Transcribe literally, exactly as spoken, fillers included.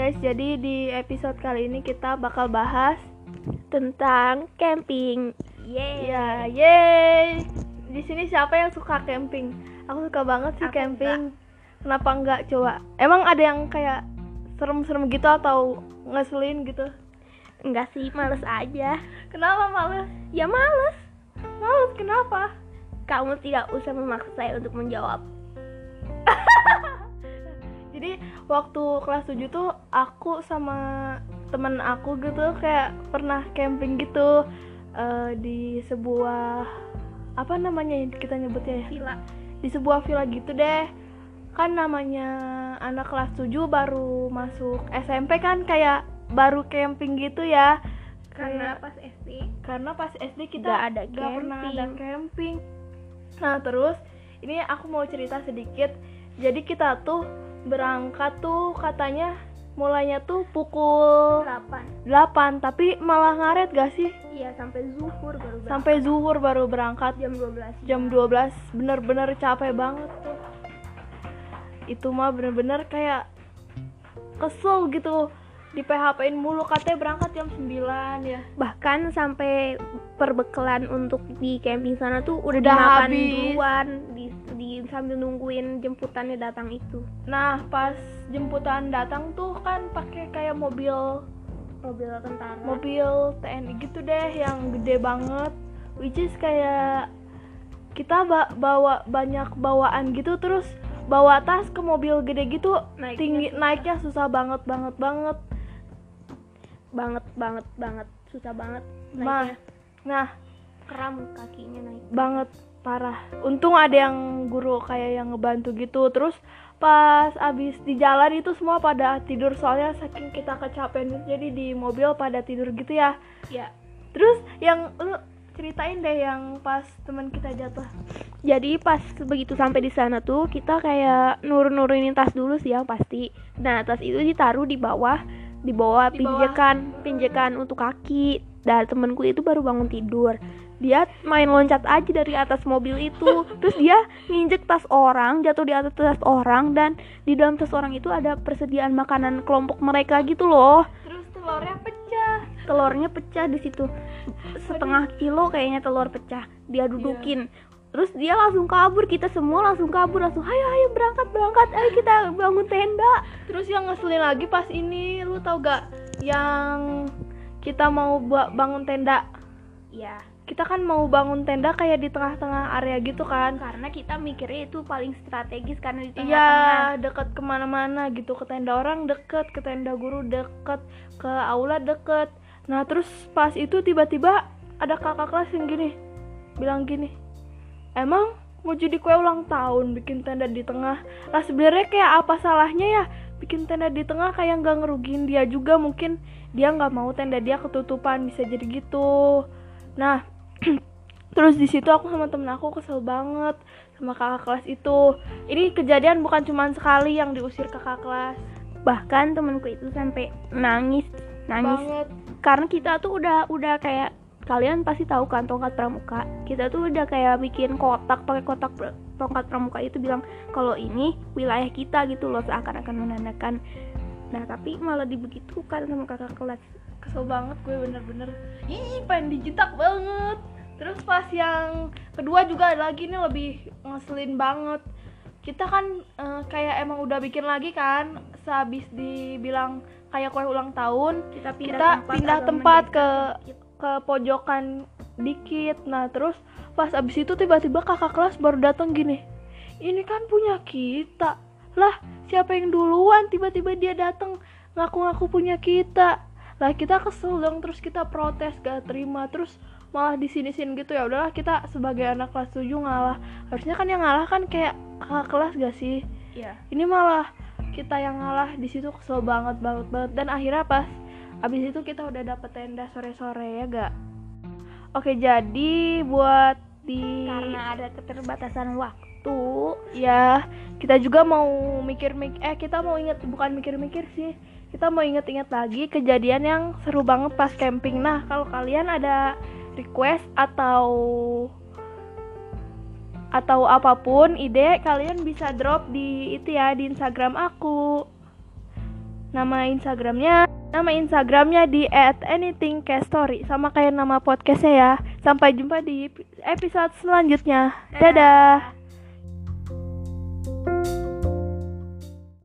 guys, jadi di episode kali ini kita bakal bahas tentang camping. Yeay. ya, yeay. Di sini siapa yang suka camping? Aku suka banget sih Aku camping. Kenapa enggak coba? Emang ada yang kayak serem-serem gitu atau ngeselin gitu? Enggak sih, males aja. Kenapa males? Ya males. Males kenapa? Kamu tidak usah memaksa saya untuk menjawab. Jadi waktu kelas tujuh tuh aku sama temen aku gitu kayak pernah camping gitu uh, di sebuah apa namanya kita nyebutnya ya? Villa. Di sebuah villa gitu deh. Kan namanya anak kelas tujuh baru masuk S M P kan kayak baru camping gitu ya. Karena Kayak pas S D karena pas S D kita Nggak ada nggak pernah camping. ada camping. Nah terus ini aku mau cerita sedikit. Jadi kita tuh berangkat tuh katanya mulainya tuh pukul delapan. delapan, tapi malah ngaret gak sih? Iya, sampai zuhur baru berangkat. Sampai zuhur baru berangkat. jam dua belas. Jam dua belas bener-bener capek banget tuh. Itu mah bener-bener kayak kesel gitu. Di P H P-in mulu, katanya berangkat jam sembilan ya. Bahkan sampai perbekalan untuk di camping sana tuh udah, Udah dimakan habis. duluan di, di sambil nungguin jemputannya datang itu. Nah, pas jemputan datang tuh kan pakai kayak mobil Mobil tentara. mobil T N I gitu deh yang gede banget, which is kayak kita ba- bawa banyak bawaan gitu, terus bawa tas ke mobil gede gitu, Naiknya tinggi susah. naiknya susah banget banget banget. banget banget banget susah banget Nah, naiknya. nah Kram kakinya naik. banget parah. Untung ada yang guru kayak yang ngebantu gitu. Terus pas abis di jalan itu semua pada tidur soalnya saking kita kecapean gitu, jadi di mobil pada tidur gitu ya. Ya. Terus yang lu ceritain deh yang pas teman kita jatuh. Jadi pas begitu sampai di sana tuh kita kayak nurun-nurunin tas dulu sih yang pasti. Nah, tas itu ditaruh di bawah, di bawah Di bawah. pinjakan, pinjakan untuk kaki. Dan temanku itu baru bangun tidur. Dia main loncat aja dari atas mobil itu. Terus dia nginjek tas orang, jatuh di atas tas orang, dan di dalam tas orang itu ada persediaan makanan kelompok mereka gitu loh. Terus telurnya pecah. Telurnya pecah di situ. Setengah kilo kayaknya telur pecah. Dia dudukin. Terus dia langsung kabur, kita semua langsung kabur, langsung ayo ayo berangkat berangkat, ayo kita bangun tenda. Terus yang ngeselin lagi pas ini, lu tau gak yang kita mau buat bangun tenda? Ya, Kita kan mau bangun tenda kayak di tengah-tengah area gitu kan. karena kita mikirnya itu paling strategis karena di Iya, tengah-tengah. deket kemana-mana gitu. Ke tenda orang deket, ke tenda guru deket, ke aula deket. Nah terus pas itu tiba-tiba ada kakak kelas yang gini, bilang gini, emang mau jadi kue ulang tahun bikin tenda di tengah? Lah sebenarnya kayak apa salahnya ya bikin tenda di tengah, kayak nggak ngerugiin dia juga. Mungkin dia nggak mau tenda dia ketutupan, bisa jadi gitu. Nah terus di situ aku sama temen aku kesel banget sama kakak kelas itu. Ini kejadian bukan cuma sekali yang diusir kakak kelas. Bahkan temanku itu sampai nangis, nangis Banget. karena kita tuh udah udah kayak, kalian pasti tahu kan tongkat pramuka. Kita tuh udah kayak bikin kotak, pakai kotak pr- tongkat pramuka itu bilang kalau ini wilayah kita gitu loh, seakan-akan menandakan. Nah, tapi malah dibegitukan sama kakak kelas. Kesel banget gue bener-bener. Ih pengen dijitak banget. Terus pas yang kedua juga ada lagi nih, lebih ngeselin banget. Kita kan eh, kayak emang udah bikin lagi kan, sehabis dibilang kayak kue ulang tahun, Kita pindah kita tempat, pindah agak tempat ke mendekat dikit. ke pojokan dikit. Nah terus pas abis itu tiba-tiba kakak kelas baru datang gini, ini kan punya kita. Lah siapa yang duluan tiba-tiba dia datang ngaku-ngaku punya kita. Lah kita kesel dong, terus kita protes gak terima, terus malah disini-sini gitu. Ya udahlah, kita sebagai anak kelas tujuh ngalah. Harusnya kan yang ngalah kan kayak kakak kelas gak sih? Iya. Ini malah kita yang ngalah. Di situ kesel banget banget banget. Dan akhirnya pas abis itu kita udah dapet tenda sore-sore ya gak? Oke, jadi buat di Karena ada keterbatasan waktu, ya kita juga mau mikir-mikir eh kita mau inget, bukan mikir-mikir sih, kita mau inget-inget lagi kejadian yang seru banget pas camping. Nah kalau kalian ada request atau atau apapun ide, kalian bisa drop di itu ya, di Instagram aku. Nama Instagramnya Nama Instagramnya di at anythingcaststory, sama kayak nama podcastnya ya. Sampai jumpa di episode selanjutnya. Dadah.